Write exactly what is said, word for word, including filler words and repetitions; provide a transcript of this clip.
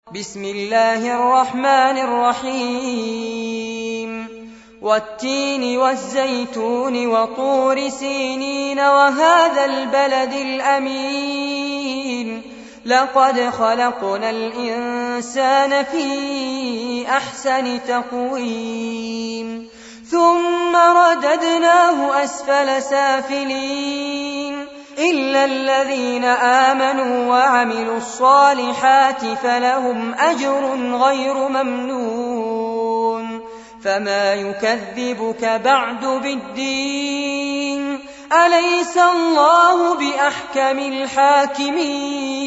بسم الله الرحمن الرحيم والتين والزيتون وطور سينين وهذا البلد الأمين لقد خلقنا الإنسان في أحسن تقويم ثم رددناه أسفل سافلين إلا الذين آمنوا وعملوا الصالحات فلهم أجر غير ممنون فما يكذبك بعد بالدين أليس الله بأحكم الحاكمين